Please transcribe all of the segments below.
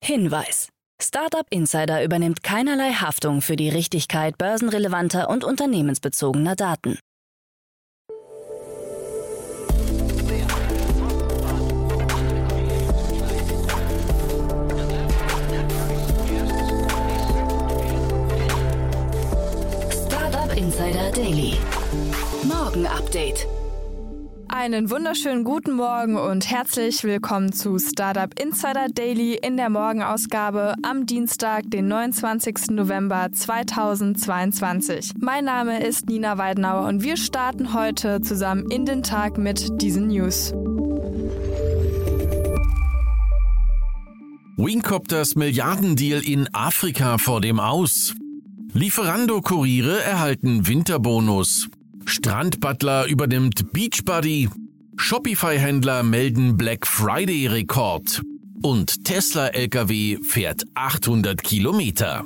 Hinweis: Startup Insider übernimmt keinerlei Haftung für die Richtigkeit börsenrelevanter und unternehmensbezogener Daten. Startup Insider Daily. Morgen Update. Einen wunderschönen guten Morgen und herzlich willkommen zu Startup Insider Daily in der Morgenausgabe am Dienstag, den 29. November 2022. Mein Name ist Nina Weidenauer und wir starten heute zusammen in den Tag mit diesen News. Wingcopters Milliardendeal in Afrika vor dem Aus. Lieferando-Kuriere erhalten Winterbonus. Strandbutler übernimmt Beachbody. Shopify-Händler melden Black Friday-Rekord. Und Tesla-LKW fährt 800 Kilometer.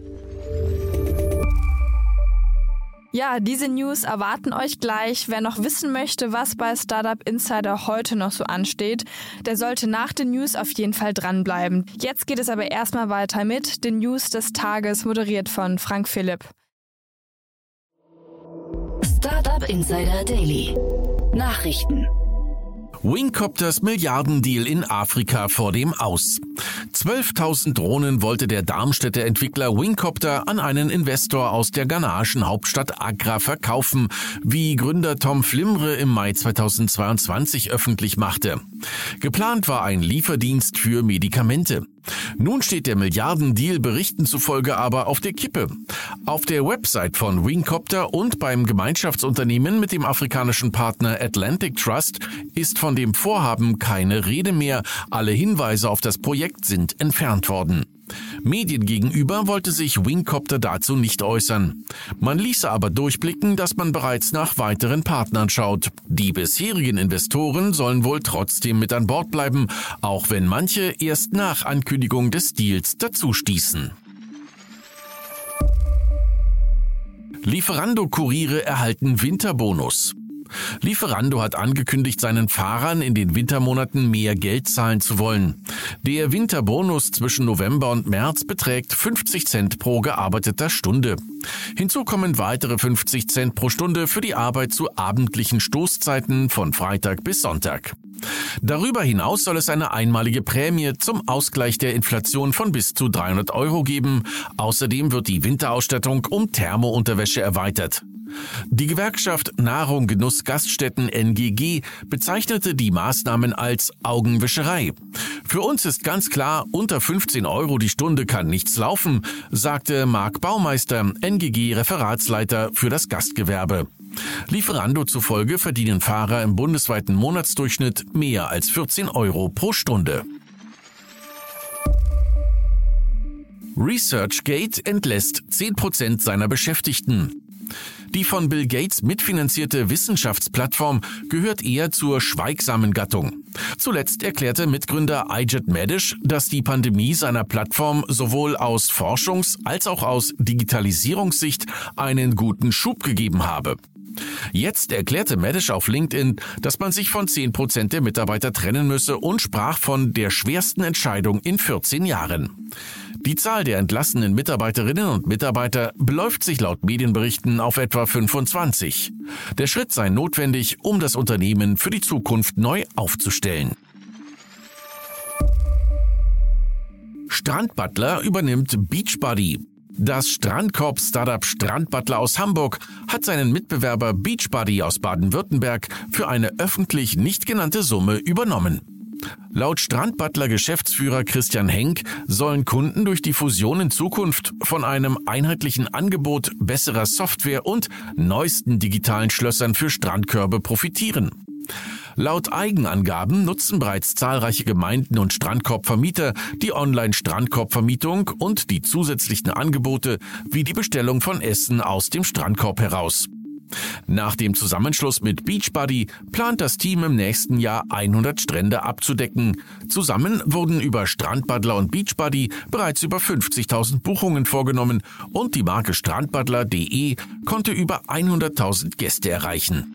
Ja, diese News erwarten euch gleich. Wer noch wissen möchte, was bei Startup Insider heute noch so ansteht, der sollte nach den News auf jeden Fall dranbleiben. Jetzt geht es aber erstmal weiter mit den News des Tages, moderiert von Frank Philipp. Startup Insider Daily. Nachrichten. Wingcopters Milliardendeal in Afrika vor dem Aus. 12.000 Drohnen wollte der Darmstädter Entwickler Wingcopter an einen Investor aus der ghanaischen Hauptstadt Accra verkaufen, wie Gründer Tom Flimre im Mai 2022 öffentlich machte. Geplant war ein Lieferdienst für Medikamente. Nun steht der Milliardendeal Berichten zufolge aber auf der Kippe. Auf der Website von Wingcopter und beim Gemeinschaftsunternehmen mit dem afrikanischen Partner Atlantic Trust ist von dem Vorhaben keine Rede mehr. Alle Hinweise auf das Projekt sind entfernt worden. Medien gegenüber wollte sich Wingcopter dazu nicht äußern. Man ließe aber durchblicken, dass man bereits nach weiteren Partnern schaut. Die bisherigen Investoren sollen wohl trotzdem mit an Bord bleiben, auch wenn manche erst nach Ankündigung des Deals dazu stießen. Lieferando-Kuriere erhalten Winterbonus. Lieferando hat angekündigt, seinen Fahrern in den Wintermonaten mehr Geld zahlen zu wollen. Der Winterbonus zwischen November und März beträgt 50 Cent pro gearbeiteter Stunde. Hinzu kommen weitere 50 Cent pro Stunde für die Arbeit zu abendlichen Stoßzeiten von Freitag bis Sonntag. Darüber hinaus soll es eine einmalige Prämie zum Ausgleich der Inflation von bis zu 300 € geben. Außerdem wird die Winterausstattung um Thermounterwäsche erweitert. Die Gewerkschaft Nahrung, Genuss, Gaststätten NGG bezeichnete die Maßnahmen als Augenwischerei. Für uns ist ganz klar, unter 15 € die Stunde kann nichts laufen, sagte Marc Baumeister, NGG-Referatsleiter für das Gastgewerbe. Lieferando zufolge verdienen Fahrer im bundesweiten Monatsdurchschnitt mehr als 14 € pro Stunde. ResearchGate entlässt 10% seiner Beschäftigten. Die von Bill Gates mitfinanzierte Wissenschaftsplattform gehört eher zur schweigsamen Gattung. Zuletzt erklärte Mitgründer Aijit Medish, dass die Pandemie seiner Plattform sowohl aus Forschungs- als auch aus Digitalisierungssicht einen guten Schub gegeben habe. Jetzt erklärte Medish auf LinkedIn, dass man sich von 10% der Mitarbeiter trennen müsse und sprach von der schwersten Entscheidung in 14 Jahren. Die Zahl der entlassenen Mitarbeiterinnen und Mitarbeiter beläuft sich laut Medienberichten auf etwa 25. Der Schritt sei notwendig, um das Unternehmen für die Zukunft neu aufzustellen. Strandbutler übernimmt Beachbody. Das Strandkorb-Startup Strandbutler aus Hamburg hat seinen Mitbewerber Beachbody aus Baden-Württemberg für eine öffentlich nicht genannte Summe übernommen. Laut Strandbutler-Geschäftsführer Christian Henk sollen Kunden durch die Fusion in Zukunft von einem einheitlichen Angebot besserer Software und neuesten digitalen Schlössern für Strandkörbe profitieren. Laut Eigenangaben nutzen bereits zahlreiche Gemeinden und Strandkorbvermieter die Online-Strandkorbvermietung und die zusätzlichen Angebote wie die Bestellung von Essen aus dem Strandkorb heraus. Nach dem Zusammenschluss mit Beachbody plant das Team im nächsten Jahr 100 Strände abzudecken. Zusammen wurden über Strandbutler und Beachbody bereits über 50.000 Buchungen vorgenommen und die Marke strandbutler.de konnte über 100.000 Gäste erreichen.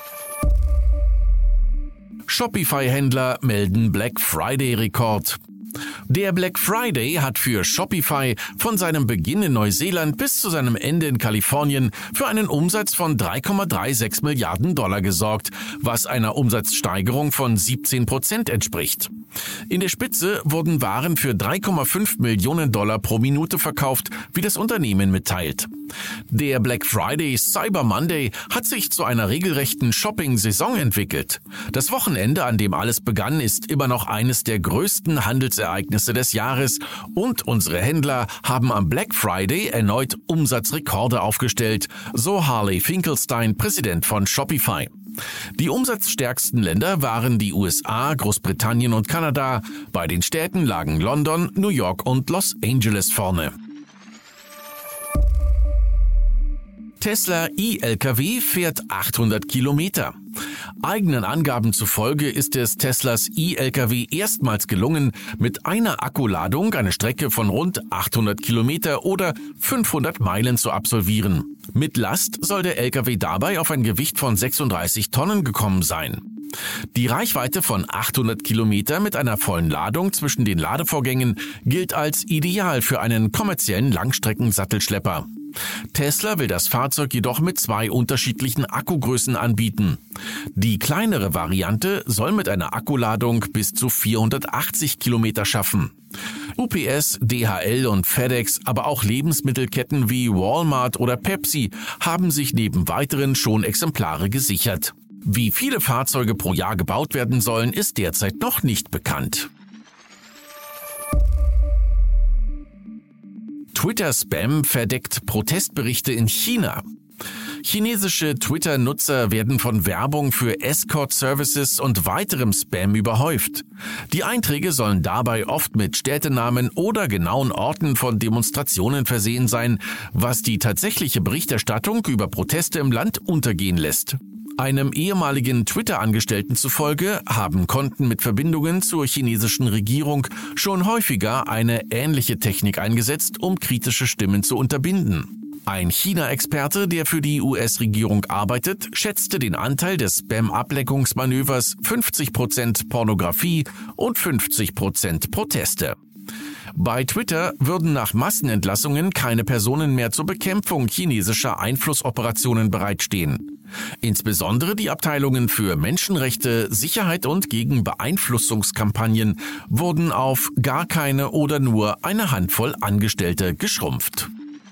Shopify-Händler melden Black Friday-Rekord. Der Black Friday hat für Shopify von seinem Beginn in Neuseeland bis zu seinem Ende in Kalifornien für einen Umsatz von 3,36 Milliarden Dollar gesorgt, was einer Umsatzsteigerung von 17% entspricht. In der Spitze wurden Waren für 3,5 Millionen Dollar pro Minute verkauft, wie das Unternehmen mitteilt. Der Black Friday Cyber Monday hat sich zu einer regelrechten Shopping-Saison entwickelt. Das Wochenende, an dem alles begann, ist immer noch eines der größten Handelsereignisse des Jahres und unsere Händler haben am Black Friday erneut Umsatzrekorde aufgestellt, so Harley Finkelstein, Präsident von Shopify. Die umsatzstärksten Länder waren die USA, Großbritannien und Kanada. Bei den Städten lagen London, New York und Los Angeles vorne. Tesla e-LKW fährt 800 Kilometer. Eigenen Angaben zufolge ist es Teslas e-LKW erstmals gelungen, mit einer Akkuladung eine Strecke von rund 800 Kilometer oder 500 Meilen zu absolvieren. Mit Last soll der LKW dabei auf ein Gewicht von 36 Tonnen gekommen sein. Die Reichweite von 800 Kilometer mit einer vollen Ladung zwischen den Ladevorgängen gilt als ideal für einen kommerziellen Langstreckensattelschlepper. Tesla will das Fahrzeug jedoch mit 2 unterschiedlichen Akkugrößen anbieten. Die kleinere Variante soll mit einer Akkuladung bis zu 480 Kilometer schaffen. UPS, DHL und FedEx, aber auch Lebensmittelketten wie Walmart oder Pepsi haben sich neben weiteren schon Exemplare gesichert. Wie viele Fahrzeuge pro Jahr gebaut werden sollen, ist derzeit noch nicht bekannt. Twitter-Spam verdeckt Protestberichte in China. Chinesische Twitter-Nutzer werden von Werbung für Escort-Services und weiterem Spam überhäuft. Die Einträge sollen dabei oft mit Städtenamen oder genauen Orten von Demonstrationen versehen sein, was die tatsächliche Berichterstattung über Proteste im Land untergehen lässt. Einem ehemaligen Twitter-Angestellten zufolge haben Konten mit Verbindungen zur chinesischen Regierung schon häufiger eine ähnliche Technik eingesetzt, um kritische Stimmen zu unterbinden. Ein China-Experte, der für die US-Regierung arbeitet, schätzte den Anteil des Spam-Ableckungsmanövers 50% Pornografie und 50% Proteste. Bei Twitter würden nach Massenentlassungen keine Personen mehr zur Bekämpfung chinesischer Einflussoperationen bereitstehen. Insbesondere die Abteilungen für Menschenrechte, Sicherheit und gegen Beeinflussungskampagnen wurden auf gar keine oder nur eine Handvoll Angestellte geschrumpft.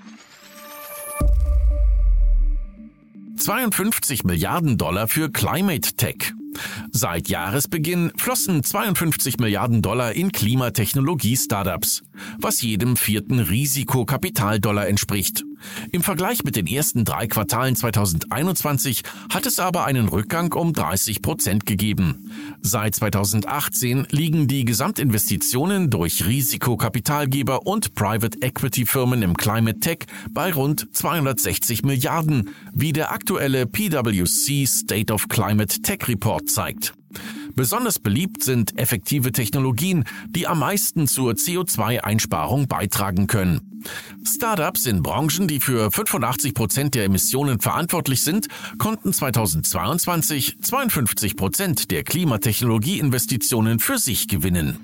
52 Milliarden Dollar für Climate Tech. Seit Jahresbeginn flossen 52 Milliarden Dollar in Klimatechnologie-Startups, was jedem 4. Risikokapitaldollar entspricht. Im Vergleich mit den ersten 3 Quartalen 2021 hat es aber einen Rückgang um 30% gegeben. Seit 2018 liegen die Gesamtinvestitionen durch Risikokapitalgeber und Private Equity Firmen im Climate Tech bei rund 260 Milliarden, wie der aktuelle PwC State of Climate Tech Report zeigt. Besonders beliebt sind effektive Technologien, die am meisten zur CO2-Einsparung beitragen können. Startups in Branchen, die für 85% der Emissionen verantwortlich sind, konnten 2022 52% der Klimatechnologie-Investitionen für sich gewinnen.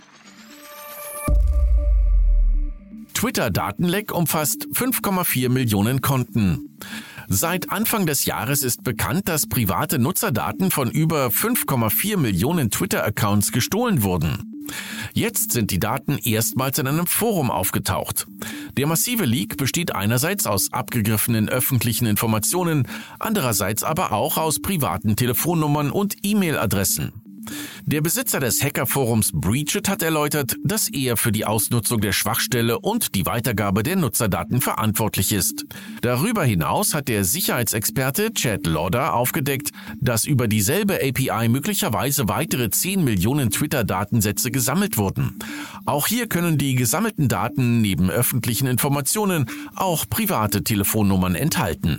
Twitter-Datenleck umfasst 5,4 Millionen Konten. Seit Anfang des Jahres ist bekannt, dass private Nutzerdaten von über 5,4 Millionen Twitter-Accounts gestohlen wurden. Jetzt sind die Daten erstmals in einem Forum aufgetaucht. Der massive Leak besteht einerseits aus abgegriffenen öffentlichen Informationen, andererseits aber auch aus privaten Telefonnummern und E-Mail-Adressen. Der Besitzer des Hackerforums Breachit hat erläutert, dass er für die Ausnutzung der Schwachstelle und die Weitergabe der Nutzerdaten verantwortlich ist. Darüber hinaus hat der Sicherheitsexperte Chad Lauder aufgedeckt, dass über dieselbe API möglicherweise weitere 10 Millionen Twitter-Datensätze gesammelt wurden. Auch hier können die gesammelten Daten neben öffentlichen Informationen auch private Telefonnummern enthalten.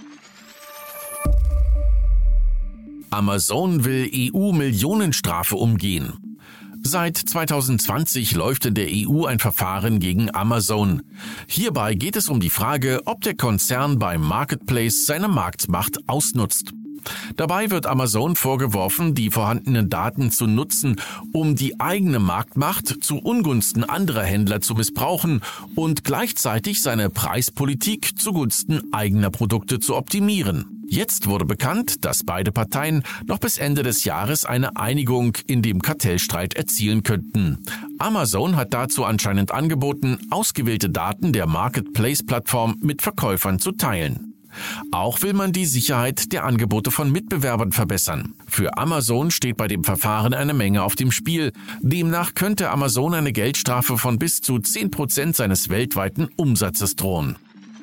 Amazon will EU-Millionenstrafe umgehen. Seit 2020 läuft in der EU ein Verfahren gegen Amazon. Hierbei geht es um die Frage, ob der Konzern beim Marketplace seine Marktmacht ausnutzt. Dabei wird Amazon vorgeworfen, die vorhandenen Daten zu nutzen, um die eigene Marktmacht zu Ungunsten anderer Händler zu missbrauchen und gleichzeitig seine Preispolitik zugunsten eigener Produkte zu optimieren. Jetzt wurde bekannt, dass beide Parteien noch bis Ende des Jahres eine Einigung in dem Kartellstreit erzielen könnten. Amazon hat dazu anscheinend angeboten, ausgewählte Daten der Marketplace-Plattform mit Verkäufern zu teilen. Auch will man die Sicherheit der Angebote von Mitbewerbern verbessern. Für Amazon steht bei dem Verfahren eine Menge auf dem Spiel. Demnach könnte Amazon eine Geldstrafe von bis zu 10% seines weltweiten Umsatzes drohen.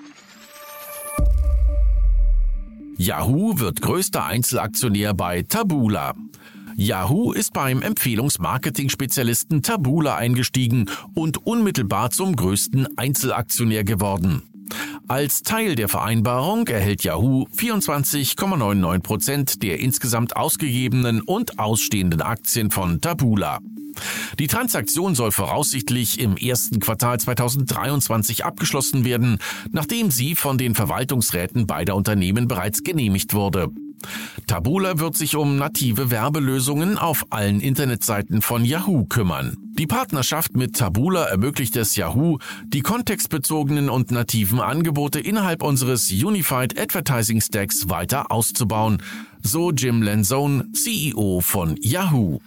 Yahoo wird größter Einzelaktionär bei Taboola. Yahoo ist beim Empfehlungsmarketing-Spezialisten Taboola eingestiegen und unmittelbar zum größten Einzelaktionär geworden. Als Teil der Vereinbarung erhält Yahoo 24,99% der insgesamt ausgegebenen und ausstehenden Aktien von Taboola. Die Transaktion soll voraussichtlich im ersten Quartal 2023 abgeschlossen werden, nachdem sie von den Verwaltungsräten beider Unternehmen bereits genehmigt wurde. Taboola wird sich um native Werbelösungen auf allen Internetseiten von Yahoo kümmern. Die Partnerschaft mit Taboola ermöglicht es Yahoo, die kontextbezogenen und nativen Angebote innerhalb unseres Unified Advertising Stacks weiter auszubauen, so Jim Lanzone, CEO von Yahoo.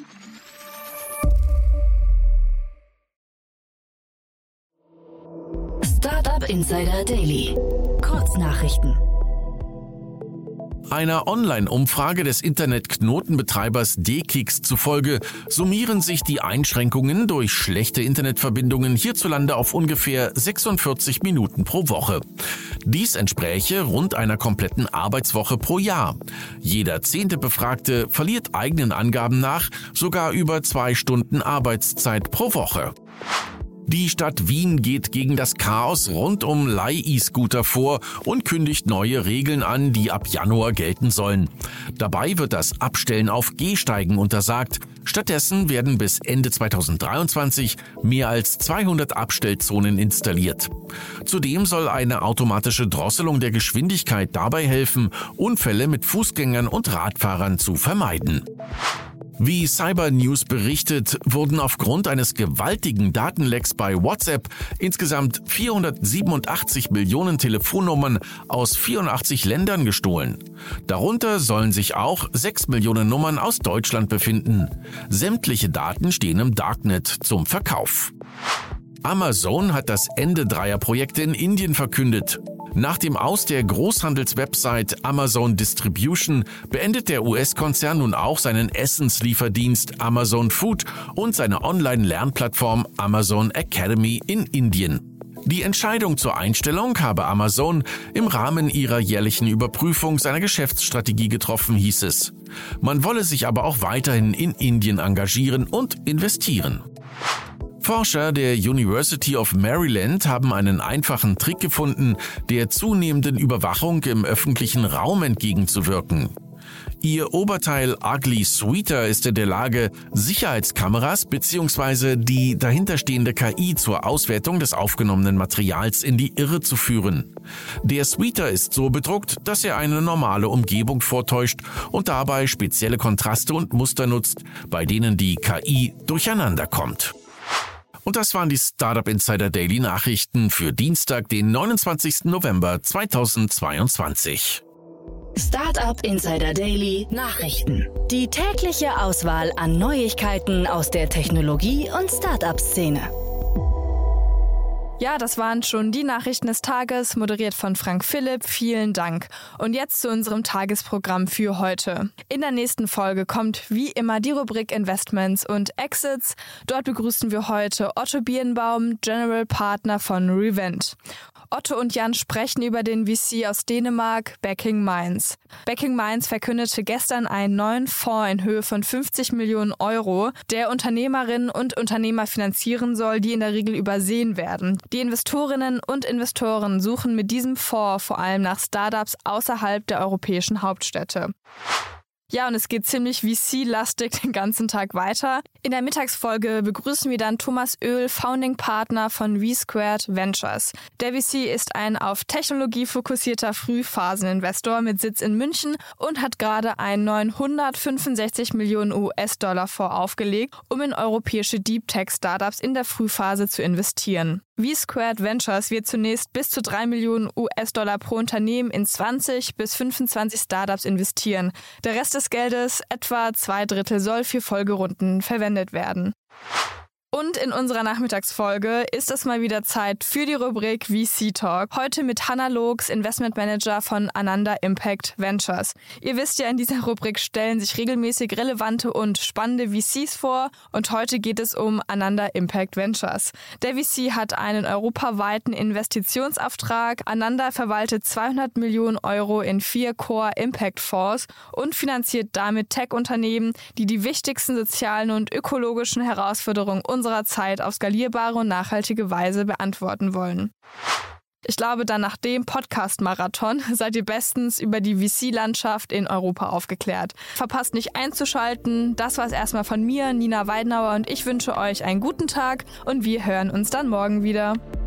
Startup Insider Daily. Kurznachrichten. Einer Online-Umfrage des Internet-Knotenbetreibers DKIX zufolge summieren sich die Einschränkungen durch schlechte Internetverbindungen hierzulande auf ungefähr 46 Minuten pro Woche. Dies entspräche rund einer kompletten Arbeitswoche pro Jahr. Jeder 10. Befragte verliert eigenen Angaben nach sogar über 2 Stunden Arbeitszeit pro Woche. Die Stadt Wien geht gegen das Chaos rund um Leih-E-Scooter vor und kündigt neue Regeln an, die ab Januar gelten sollen. Dabei wird das Abstellen auf Gehsteigen untersagt. Stattdessen werden bis Ende 2023 mehr als 200 Abstellzonen installiert. Zudem soll eine automatische Drosselung der Geschwindigkeit dabei helfen, Unfälle mit Fußgängern und Radfahrern zu vermeiden. Wie Cybernews berichtet, wurden aufgrund eines gewaltigen Datenlecks bei WhatsApp insgesamt 487 Millionen Telefonnummern aus 84 Ländern gestohlen. Darunter sollen sich auch 6 Millionen Nummern aus Deutschland befinden. Sämtliche Daten stehen im Darknet zum Verkauf. Amazon hat das Ende 3 Projekte in Indien verkündet. Nach dem Aus der Großhandelswebsite Amazon Distribution beendet der US-Konzern nun auch seinen Essenslieferdienst Amazon Food und seine Online-Lernplattform Amazon Academy in Indien. Die Entscheidung zur Einstellung habe Amazon im Rahmen ihrer jährlichen Überprüfung seiner Geschäftsstrategie getroffen, hieß es. Man wolle sich aber auch weiterhin in Indien engagieren und investieren. Forscher der University of Maryland haben einen einfachen Trick gefunden, der zunehmenden Überwachung im öffentlichen Raum entgegenzuwirken. Ihr Oberteil Ugly Sweater ist in der Lage, Sicherheitskameras bzw. die dahinterstehende KI zur Auswertung des aufgenommenen Materials in die Irre zu führen. Der Sweater ist so bedruckt, dass er eine normale Umgebung vortäuscht und dabei spezielle Kontraste und Muster nutzt, bei denen die KI durcheinander kommt. Und das waren die Startup Insider Daily Nachrichten für Dienstag, den 29. November 2022. Startup Insider Daily Nachrichten. Die tägliche Auswahl an Neuigkeiten aus der Technologie- und Startup-Szene. Ja, das waren schon die Nachrichten des Tages, moderiert von Frank Philipp. Vielen Dank. Und jetzt zu unserem Tagesprogramm für heute. In der nächsten Folge kommt wie immer die Rubrik Investments und Exits. Dort begrüßen wir heute Otto Birnbaum, General Partner von Revent. Otto und Jan sprechen über den VC aus Dänemark, Backing Minds. Backing Minds verkündete gestern einen neuen Fonds in Höhe von 50 Millionen Euro, der Unternehmerinnen und Unternehmer finanzieren soll, die in der Regel übersehen werden. Die Investorinnen und Investoren suchen mit diesem Fonds vor allem nach Startups außerhalb der europäischen Hauptstädte. Ja, und es geht ziemlich VC-lastig den ganzen Tag weiter. In der Mittagsfolge begrüßen wir dann Thomas Oehl, Founding Partner von V-Squared Ventures. Der VC ist ein auf Technologie fokussierter Frühphaseninvestor mit Sitz in München und hat gerade einen neuen 165 Millionen US-Dollar Fonds aufgelegt, um in europäische Deep-Tech-Startups in der Frühphase zu investieren. V-Squared Ventures wird zunächst bis zu 3 Millionen US-Dollar pro Unternehmen in 20 bis 25 Startups investieren. Der Rest des Geldes, etwa 2/3, soll für Folgerunden verwendet werden. Und in unserer Nachmittagsfolge ist es mal wieder Zeit für die Rubrik VC Talk. Heute mit Hannah Looks, Investmentmanager von Ananda Impact Ventures. Ihr wisst ja, in dieser Rubrik stellen sich regelmäßig relevante und spannende VCs vor. Und heute geht es um Ananda Impact Ventures. Der VC hat einen europaweiten Investitionsauftrag. Ananda verwaltet 200 Millionen Euro in 4 Core Impact Fonds und finanziert damit Tech-Unternehmen, die die wichtigsten sozialen und ökologischen Herausforderungen unserer Zeit auf skalierbare und nachhaltige Weise beantworten wollen. Ich glaube, dann nach dem Podcast-Marathon seid ihr bestens über die VC-Landschaft in Europa aufgeklärt. Verpasst nicht einzuschalten. Das war's erstmal von mir, Nina Weidenauer, und ich wünsche euch einen guten Tag und wir hören uns dann morgen wieder.